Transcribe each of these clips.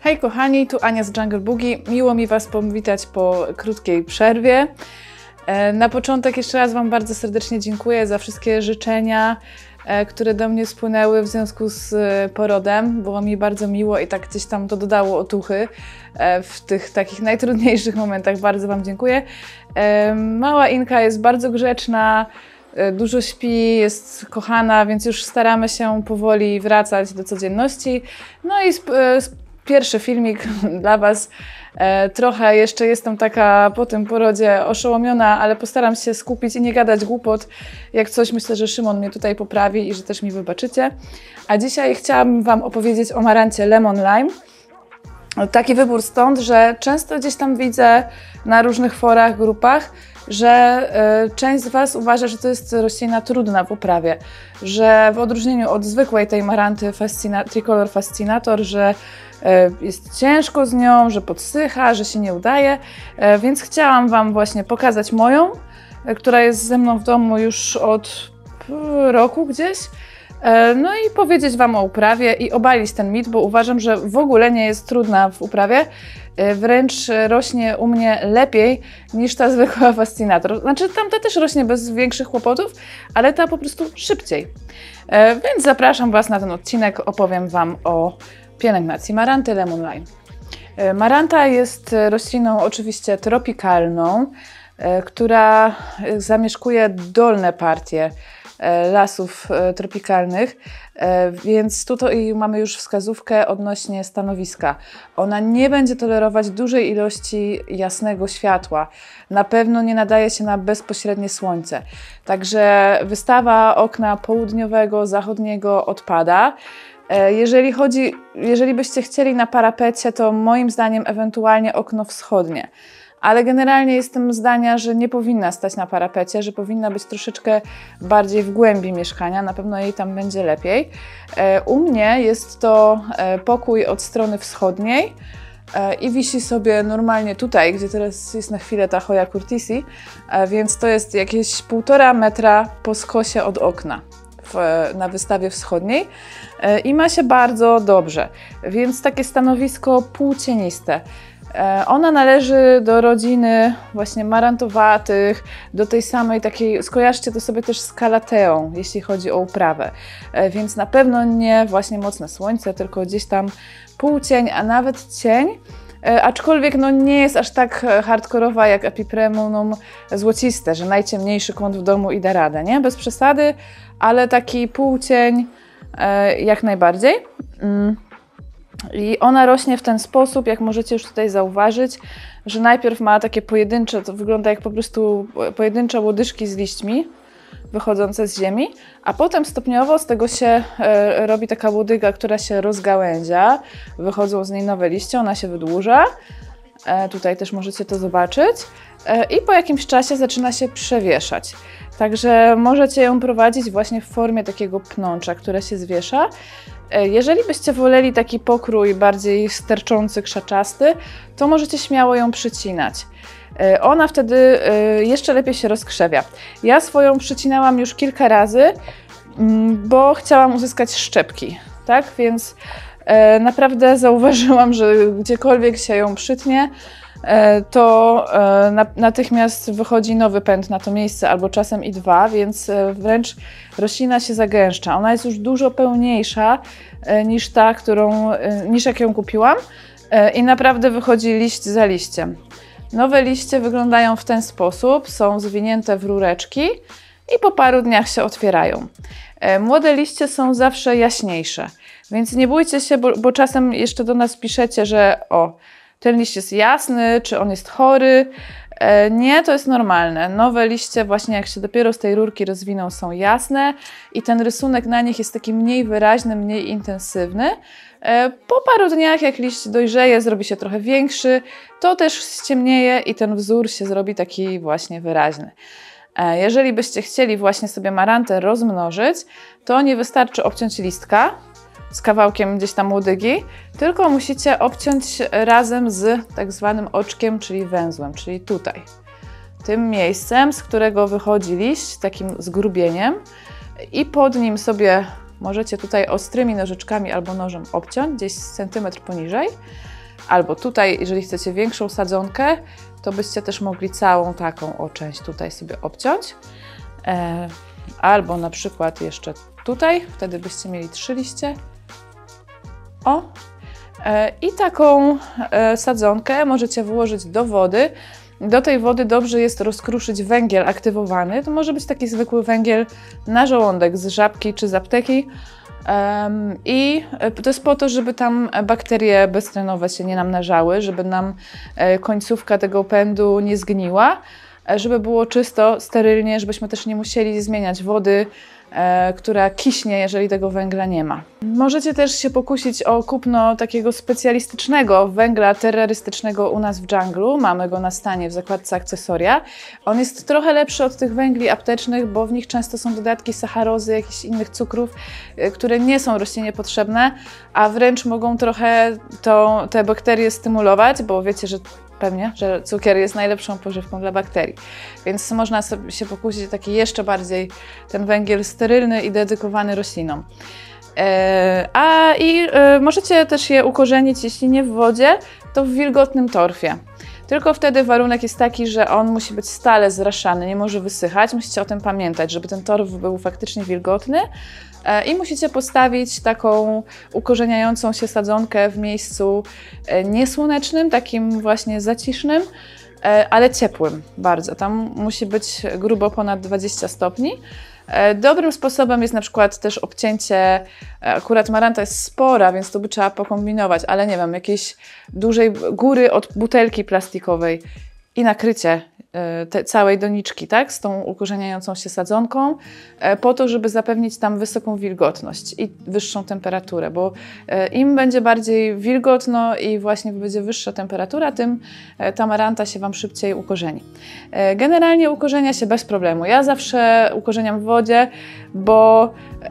Hej kochani, tu Ania z Jungle Boogie. Miło mi Was powitać po krótkiej przerwie. Na początek jeszcze raz Wam bardzo serdecznie dziękuję za wszystkie życzenia, które do mnie spłynęły w związku z porodem. Było mi bardzo miło i tak gdzieś tam to dodało otuchy w tych takich najtrudniejszych momentach. Bardzo Wam dziękuję. Mała Inka jest bardzo grzeczna, dużo śpi, jest kochana, więc już staramy się powoli wracać do codzienności. No i pierwszy filmik dla Was. Trochę jeszcze jestem taka po tym porodzie oszołomiona, ale postaram się skupić i nie gadać głupot. Jak coś, myślę, że Szymon mnie tutaj poprawi i że też mi wybaczycie. A dzisiaj chciałabym Wam opowiedzieć o marancie Lemon Lime. Taki wybór stąd, że często gdzieś tam widzę na różnych forach, grupach, że część z Was uważa, że to jest roślina trudna w uprawie, że w odróżnieniu od zwykłej tej maranty Tricolor Fascinator, że jest ciężko z nią, że podsycha, że się nie udaje, więc chciałam Wam właśnie pokazać moją, która jest ze mną w domu już od roku gdzieś. No i powiedzieć Wam o uprawie i obalić ten mit, bo uważam, że w ogóle nie jest trudna w uprawie, wręcz rośnie u mnie lepiej niż ta zwykła Fascinator. Znaczy tamta też rośnie bez większych kłopotów, ale ta po prostu szybciej. Więc zapraszam Was na ten odcinek, opowiem Wam o pielęgnacji maranty Lemon Lime. Maranta jest rośliną oczywiście tropikalną, która zamieszkuje dolne partie lasów tropikalnych, więc tutaj mamy już wskazówkę odnośnie stanowiska. Ona nie będzie tolerować dużej ilości jasnego światła. Na pewno nie nadaje się na bezpośrednie słońce. Także wystawa okna południowego, zachodniego odpada. Jeżeli byście chcieli na parapecie, to moim zdaniem ewentualnie okno wschodnie. Ale generalnie jestem zdania, że nie powinna stać na parapecie, że powinna być troszeczkę bardziej w głębi mieszkania, na pewno jej tam będzie lepiej. U mnie jest to pokój od strony wschodniej i wisi sobie normalnie tutaj, gdzie teraz jest na chwilę ta Hoya Curtisi, więc to jest jakieś 1,5 metra po skosie od okna na wystawie wschodniej i ma się bardzo dobrze, więc takie stanowisko półcieniste. Ona należy do rodziny właśnie marantowatych, do tej samej takiej, skojarzcie to sobie też z Calatheą, jeśli chodzi o uprawę, więc na pewno nie właśnie mocne słońce, tylko gdzieś tam półcień, a nawet cień, aczkolwiek no nie jest aż tak hardkorowa jak Epipremnum złociste, że najciemniejszy kąt w domu i da radę, nie? Bez przesady, ale taki półcień jak najbardziej. I ona rośnie w ten sposób, jak możecie już tutaj zauważyć, że najpierw ma takie pojedyncze, to wygląda jak po prostu pojedyncze łodyżki z liśćmi wychodzące z ziemi, a potem stopniowo z tego się robi taka łodyga, która się rozgałęzia, wychodzą z niej nowe liście, ona się wydłuża, tutaj też możecie to zobaczyć i po jakimś czasie zaczyna się przewieszać. Także możecie ją prowadzić właśnie w formie takiego pnącza, które się zwiesza. Jeżeli byście woleli taki pokrój bardziej sterczący, krzaczasty, to możecie śmiało ją przycinać. Ona wtedy jeszcze lepiej się rozkrzewia. Ja swoją przycinałam już kilka razy, bo chciałam uzyskać szczepki, tak? Więc naprawdę zauważyłam, że gdziekolwiek się ją przytnie, to natychmiast wychodzi nowy pęd na to miejsce, albo czasem i dwa, więc wręcz roślina się zagęszcza. Ona jest już dużo pełniejsza niż ta, niż jak ją kupiłam i naprawdę wychodzi liść za liściem. Nowe liście wyglądają w ten sposób, są zwinięte w rureczki i po paru dniach się otwierają. Młode liście są zawsze jaśniejsze, więc nie bójcie się, bo czasem jeszcze do nas piszecie, że ten liść jest jasny, czy on jest chory. Nie, to jest normalne. Nowe liście właśnie jak się dopiero z tej rurki rozwiną, są jasne i ten rysunek na nich jest taki mniej wyraźny, mniej intensywny. Po paru dniach jak liść dojrzeje, zrobi się trochę większy, to też ściemnieje i ten wzór się zrobi taki właśnie wyraźny. Jeżeli byście chcieli właśnie sobie marantę rozmnożyć, to nie wystarczy obciąć listka z kawałkiem gdzieś tam łodygi, tylko musicie obciąć razem z tak zwanym oczkiem, czyli węzłem, czyli tutaj. Tym miejscem, z którego wychodzi liść, takim zgrubieniem i pod nim sobie możecie tutaj ostrymi nożyczkami albo nożem obciąć gdzieś centymetr poniżej. Albo tutaj, jeżeli chcecie większą sadzonkę, to byście też mogli całą taką część tutaj sobie obciąć. Albo na przykład jeszcze tutaj, wtedy byście mieli 3 liście. I taką sadzonkę możecie włożyć do wody. Do tej wody dobrze jest rozkruszyć węgiel aktywowany. To może być taki zwykły węgiel na żołądek z żabki czy z apteki. I to jest po to, żeby tam bakterie beztlenowe się nie namnażały, żeby nam końcówka tego pędu nie zgniła, żeby było czysto, sterylnie, żebyśmy też nie musieli zmieniać wody, która kiśnie, jeżeli tego węgla nie ma. Możecie też się pokusić o kupno takiego specjalistycznego węgla terrorystycznego u nas w dżunglu. Mamy go na stanie w zakładce akcesoria. On jest trochę lepszy od tych węgli aptecznych, bo w nich często są dodatki sacharozy, jakichś innych cukrów, które nie są roślinie potrzebne, a wręcz mogą trochę te bakterie stymulować, bo wiecie, że pewnie, że cukier jest najlepszą pożywką dla bakterii. Więc można sobie się pokusić o taki jeszcze bardziej ten węgiel sterylny i dedykowany roślinom. Możecie też je ukorzenić, jeśli nie w wodzie, to w wilgotnym torfie. Tylko wtedy warunek jest taki, że on musi być stale zraszany, nie może wysychać. Musicie o tym pamiętać, żeby ten torf był faktycznie wilgotny. I musicie postawić taką ukorzeniającą się sadzonkę w miejscu niesłonecznym, takim właśnie zacisznym, ale ciepłym bardzo. Tam musi być grubo ponad 20 stopni. Dobrym sposobem jest na przykład też obcięcie, akurat maranta jest spora, więc to by trzeba pokombinować, ale nie wiem, jakiejś dużej góry od butelki plastikowej i nakrycie całej doniczki, tak, z tą ukorzeniającą się sadzonką, po to, żeby zapewnić tam wysoką wilgotność i wyższą temperaturę, bo im będzie bardziej wilgotno i właśnie będzie wyższa temperatura, tym ta maranta się Wam szybciej ukorzeni. Generalnie ukorzenia się bez problemu. Ja zawsze ukorzeniam w wodzie, bo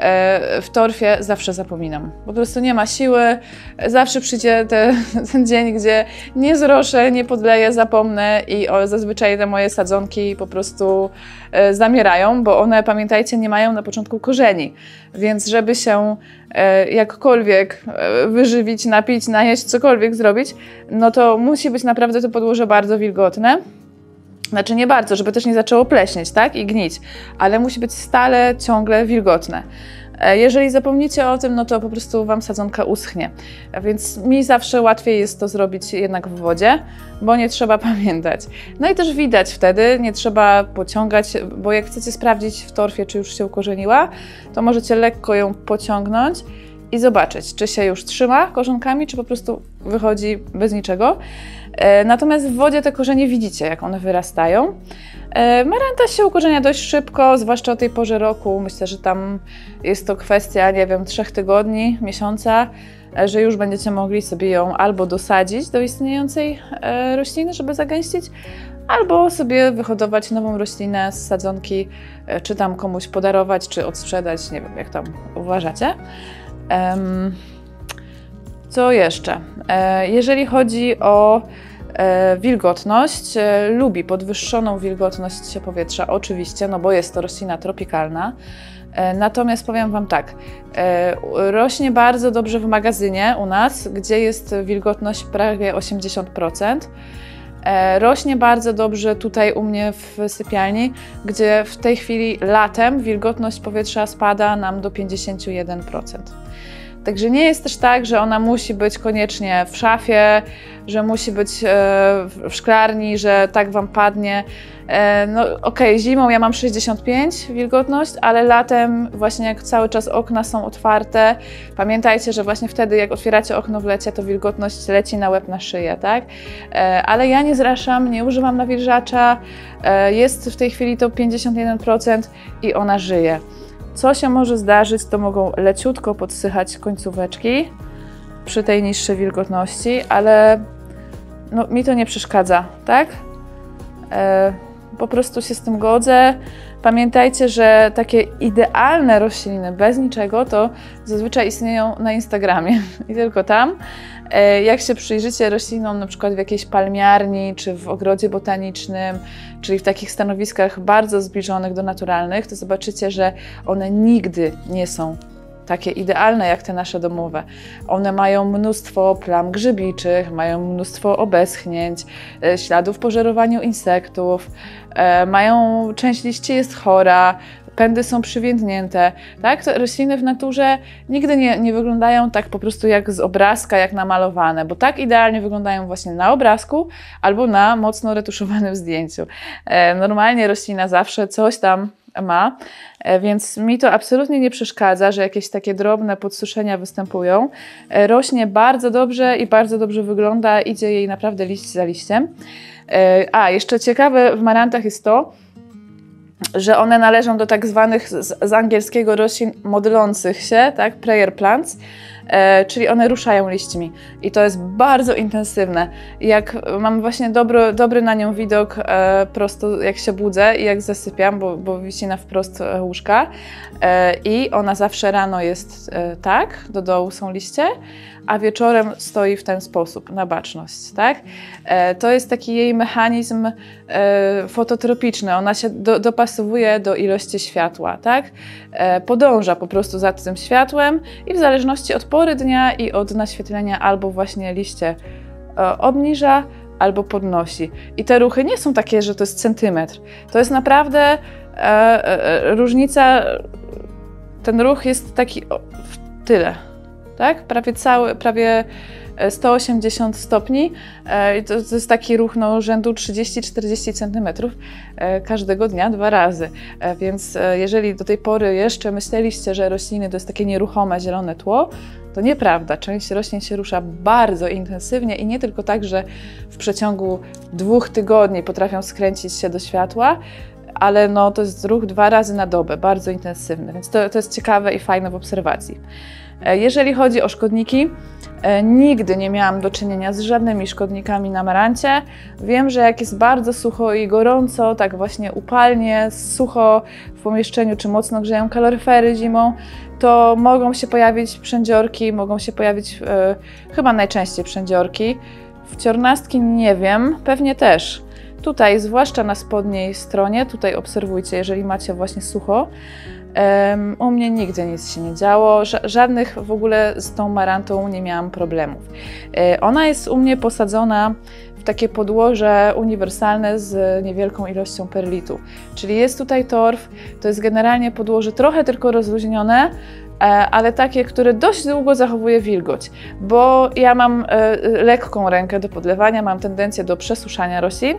w torfie zawsze zapominam. Po prostu nie ma siły, zawsze przyjdzie ten dzień, gdzie nie zroszę, nie podleję, zapomnę i zazwyczaj te moje sadzonki po prostu zamierają, bo one, pamiętajcie, nie mają na początku korzeni. Więc żeby się jakkolwiek wyżywić, napić, najeść, cokolwiek zrobić, no to musi być naprawdę to podłoże bardzo wilgotne. Znaczy nie bardzo, żeby też nie zaczęło pleśnieć, tak? I gnić, ale musi być stale, ciągle wilgotne. Jeżeli zapomnicie o tym, no to po prostu Wam sadzonka uschnie. Więc mi zawsze łatwiej jest to zrobić jednak w wodzie, bo nie trzeba pamiętać. No i też widać wtedy, nie trzeba pociągać, bo jak chcecie sprawdzić w torfie, czy już się ukorzeniła, to możecie lekko ją pociągnąć i zobaczyć, czy się już trzyma korzonkami, czy po prostu wychodzi bez niczego. Natomiast w wodzie te korzenie widzicie, jak one wyrastają. Maranta się ukorzenia dość szybko, zwłaszcza o tej porze roku. Myślę, że tam jest to kwestia, nie wiem, 3 tygodni, miesiąca, że już będziecie mogli sobie ją albo dosadzić do istniejącej rośliny, żeby zagęścić, albo sobie wyhodować nową roślinę z sadzonki, czy tam komuś podarować, czy odsprzedać, nie wiem, jak tam uważacie. Co jeszcze? Jeżeli chodzi o wilgotność, lubi podwyższoną wilgotność powietrza oczywiście, no bo jest to roślina tropikalna. Natomiast powiem Wam tak, rośnie bardzo dobrze w magazynie u nas, gdzie jest wilgotność prawie 80%. Rośnie bardzo dobrze tutaj u mnie w sypialni, gdzie w tej chwili latem wilgotność powietrza spada nam do 51%. Także nie jest też tak, że ona musi być koniecznie w szafie, że musi być w szklarni, że tak Wam padnie. No okej, zimą ja mam 65 wilgotność, ale latem właśnie jak cały czas okna są otwarte, pamiętajcie, że właśnie wtedy jak otwieracie okno w lecie, to wilgotność leci na łeb, na szyję, tak? Ale ja nie zraszam, nie używam nawilżacza, jest w tej chwili to 51% i ona żyje. Co się może zdarzyć, to mogą leciutko podsychać końcóweczki przy tej niższej wilgotności, ale no, mi to nie przeszkadza, tak? Po prostu się z tym godzę. Pamiętajcie, że takie idealne rośliny bez niczego to zazwyczaj istnieją na Instagramie i tylko tam. Jak się przyjrzycie roślinom na przykład w jakiejś palmiarni, czy w ogrodzie botanicznym, czyli w takich stanowiskach bardzo zbliżonych do naturalnych, to zobaczycie, że one nigdy nie są takie idealne jak te nasze domowe. One mają mnóstwo plam grzybiczych, mają mnóstwo obeschnięć, śladów po żerowaniu insektów, część liści jest chora, pędy są przywiędnięte, tak? To rośliny w naturze nigdy nie wyglądają tak po prostu jak z obrazka, jak namalowane, bo tak idealnie wyglądają właśnie na obrazku albo na mocno retuszowanym zdjęciu. Normalnie roślina zawsze coś tam ma, więc mi to absolutnie nie przeszkadza, że jakieś takie drobne podsuszenia występują. Rośnie bardzo dobrze i bardzo dobrze wygląda, idzie jej naprawdę liść za liściem. Jeszcze ciekawe w marantach jest to, że one należą do tak zwanych z angielskiego roślin modlących się, tak, prayer plants, czyli one ruszają liśćmi i to jest bardzo intensywne. Jak mam właśnie dobry na nią widok prosto jak się budzę i jak zasypiam, bo wisi na wprost łóżka i ona zawsze rano jest tak, do dołu są liście, a wieczorem stoi w ten sposób, na baczność, tak? To jest taki jej mechanizm fototropiczny, ona się dopasowuje do ilości światła, tak? Podąża po prostu za tym światłem i w zależności od pory dnia i od naświetlenia albo właśnie liście obniża, albo podnosi. I te ruchy nie są takie, że to jest centymetr. To jest naprawdę różnica, ten ruch jest taki w tyle. Tak? Prawie 180 stopni. To jest taki ruch rzędu 30-40 cm każdego dnia 2 razy. Więc jeżeli do tej pory jeszcze myśleliście, że rośliny to jest takie nieruchome, zielone tło, to nieprawda. Część roślin się rusza bardzo intensywnie i nie tylko tak, że w przeciągu 2 tygodni potrafią skręcić się do światła, ale to jest ruch 2 razy na dobę, bardzo intensywny. Więc to jest ciekawe i fajne w obserwacji. Jeżeli chodzi o szkodniki, nigdy nie miałam do czynienia z żadnymi szkodnikami na marancie. Wiem, że jak jest bardzo sucho i gorąco, tak właśnie upalnie, sucho w pomieszczeniu, czy mocno grzeją kaloryfery zimą, to mogą się pojawić przędziorki, mogą się pojawić chyba najczęściej przędziorki. Wciornastki nie wiem, pewnie też. Tutaj, zwłaszcza na spodniej stronie, tutaj obserwujcie, jeżeli macie właśnie sucho. U mnie nigdy nic się nie działo, żadnych w ogóle z tą marantą nie miałam problemów. Ona jest u mnie posadzona w takie podłoże uniwersalne z niewielką ilością perlitu. Czyli jest tutaj torf, to jest generalnie podłoże trochę tylko rozluźnione, ale takie, które dość długo zachowuje wilgoć, bo ja mam lekką rękę do podlewania, mam tendencję do przesuszania roślin,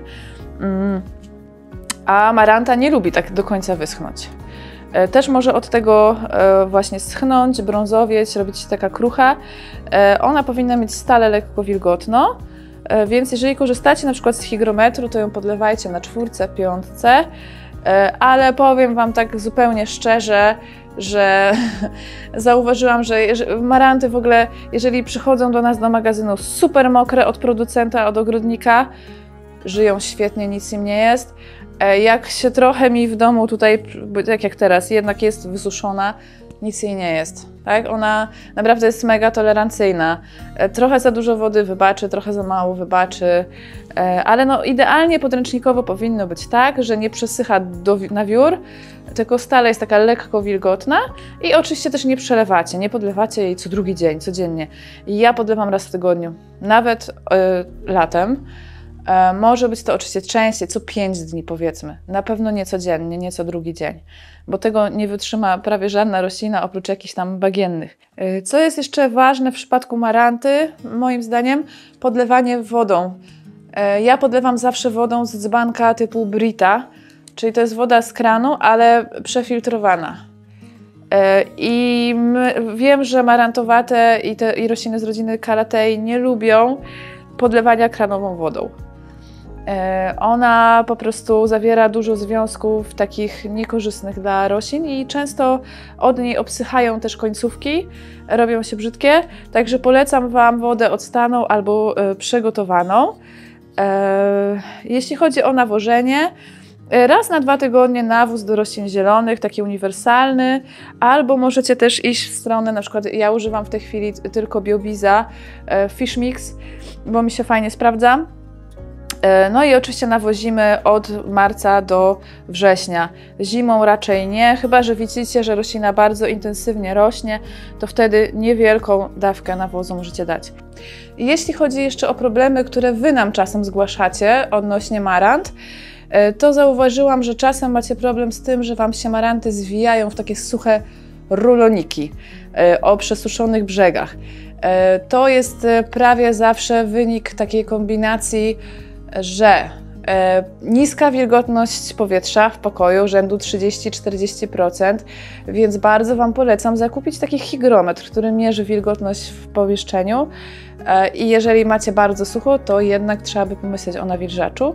a maranta nie lubi tak do końca wyschnąć. Też może od tego właśnie schnąć, brązowieć, robić się taka krucha. Ona powinna mieć stale lekko wilgotno, więc jeżeli korzystacie na przykład z hygrometru, to ją podlewajcie na 4, 5, ale powiem Wam tak zupełnie szczerze, że zauważyłam, że maranty w ogóle, jeżeli przychodzą do nas do magazynu super mokre od producenta, od ogrodnika, żyją świetnie, nic im nie jest. Jak się trochę mi w domu tutaj, tak jak teraz, jednak jest wysuszona, nic jej nie jest. Tak? Ona naprawdę jest mega tolerancyjna. Trochę za dużo wody wybaczy, trochę za mało wybaczy, ale idealnie podręcznikowo powinno być tak, że nie przesycha na wiór, tylko stale jest taka lekko wilgotna i oczywiście też nie przelewacie, nie podlewacie jej co drugi dzień, codziennie. Ja podlewam raz w tygodniu, nawet latem. Może być to oczywiście częściej, co 5 dni powiedzmy. Na pewno nie codziennie, nie co drugi dzień, bo tego nie wytrzyma prawie żadna roślina oprócz jakichś tam bagiennych. Co jest jeszcze ważne w przypadku maranty, moim zdaniem, podlewanie wodą. Ja podlewam zawsze wodą z dzbanka typu Brita, czyli to jest woda z kranu, ale przefiltrowana. I wiem, że marantowate i rośliny z rodziny Calathei nie lubią podlewania kranową wodą. Ona po prostu zawiera dużo związków takich niekorzystnych dla roślin i często od niej obsychają też końcówki, robią się brzydkie, także polecam Wam wodę odstaną albo przygotowaną. Jeśli chodzi o nawożenie, raz na 2 tygodnie nawóz do roślin zielonych, taki uniwersalny, albo możecie też iść w stronę, na przykład ja używam w tej chwili tylko Biobiza Fish Mix, bo mi się fajnie sprawdza. No i oczywiście nawozimy od marca do września. Zimą raczej nie, chyba że widzicie, że roślina bardzo intensywnie rośnie, to wtedy niewielką dawkę nawozu możecie dać. Jeśli chodzi jeszcze o problemy, które Wy nam czasem zgłaszacie odnośnie marant, to zauważyłam, że czasem macie problem z tym, że Wam się maranty zwijają w takie suche ruloniki o przesuszonych brzegach. To jest prawie zawsze wynik takiej kombinacji, że niska wilgotność powietrza w pokoju, rzędu 30–40%, więc bardzo Wam polecam zakupić taki hygrometr, który mierzy wilgotność w pomieszczeniu i jeżeli macie bardzo sucho, to jednak trzeba by pomyśleć o nawilżaczu.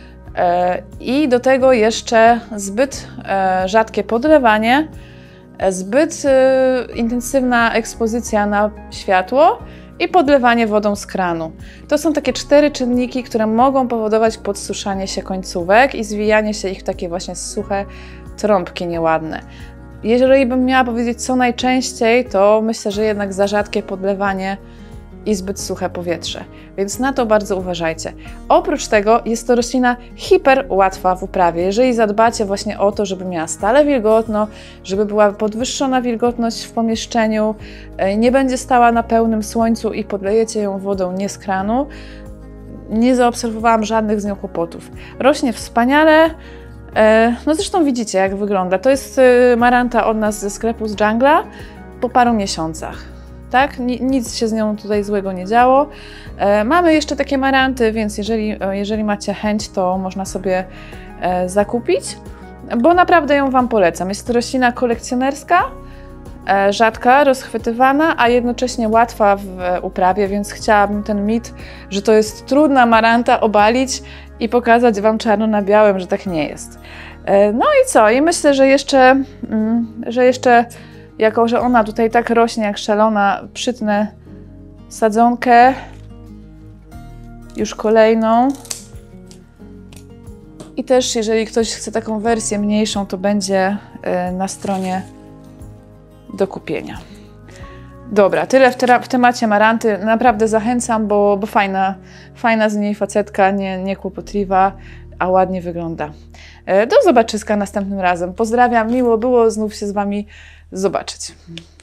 I do tego jeszcze zbyt rzadkie podlewanie, zbyt intensywna ekspozycja na światło i podlewanie wodą z kranu. To są takie 4 czynniki, które mogą powodować podsuszanie się końcówek i zwijanie się ich w takie właśnie suche trąbki nieładne. Jeżeli bym miała powiedzieć co najczęściej, to myślę, że jednak za rzadkie podlewanie i zbyt suche powietrze, więc na to bardzo uważajcie. Oprócz tego jest to roślina hiper łatwa w uprawie. Jeżeli zadbacie właśnie o to, żeby miała stale wilgotno, żeby była podwyższona wilgotność w pomieszczeniu, nie będzie stała na pełnym słońcu i podlejecie ją wodą nie z kranu, nie zaobserwowałam żadnych z nią kłopotów. Rośnie wspaniale, no zresztą widzicie jak wygląda. To jest maranta od nas ze sklepu z Jungla po paru miesiącach. Tak? Nic się z nią tutaj złego nie działo. Mamy jeszcze takie maranty, więc jeżeli macie chęć, to można sobie zakupić, bo naprawdę ją Wam polecam. Jest to roślina kolekcjonerska, rzadka, rozchwytywana, a jednocześnie łatwa w uprawie, więc chciałabym ten mit, że to jest trudna maranta, obalić i pokazać Wam czarno na białym, że tak nie jest. No i co? I myślę, że jeszcze jako że ona tutaj tak rośnie jak szalona, przytnę sadzonkę, już kolejną. I też jeżeli ktoś chce taką wersję mniejszą, to będzie na stronie do kupienia. Dobra, tyle w temacie maranty. Naprawdę zachęcam, bo fajna z niej facetka, nie kłopotliwa, a ładnie wygląda. Do zobaczyska następnym razem. Pozdrawiam, miło było znów się z Wami zobaczyć.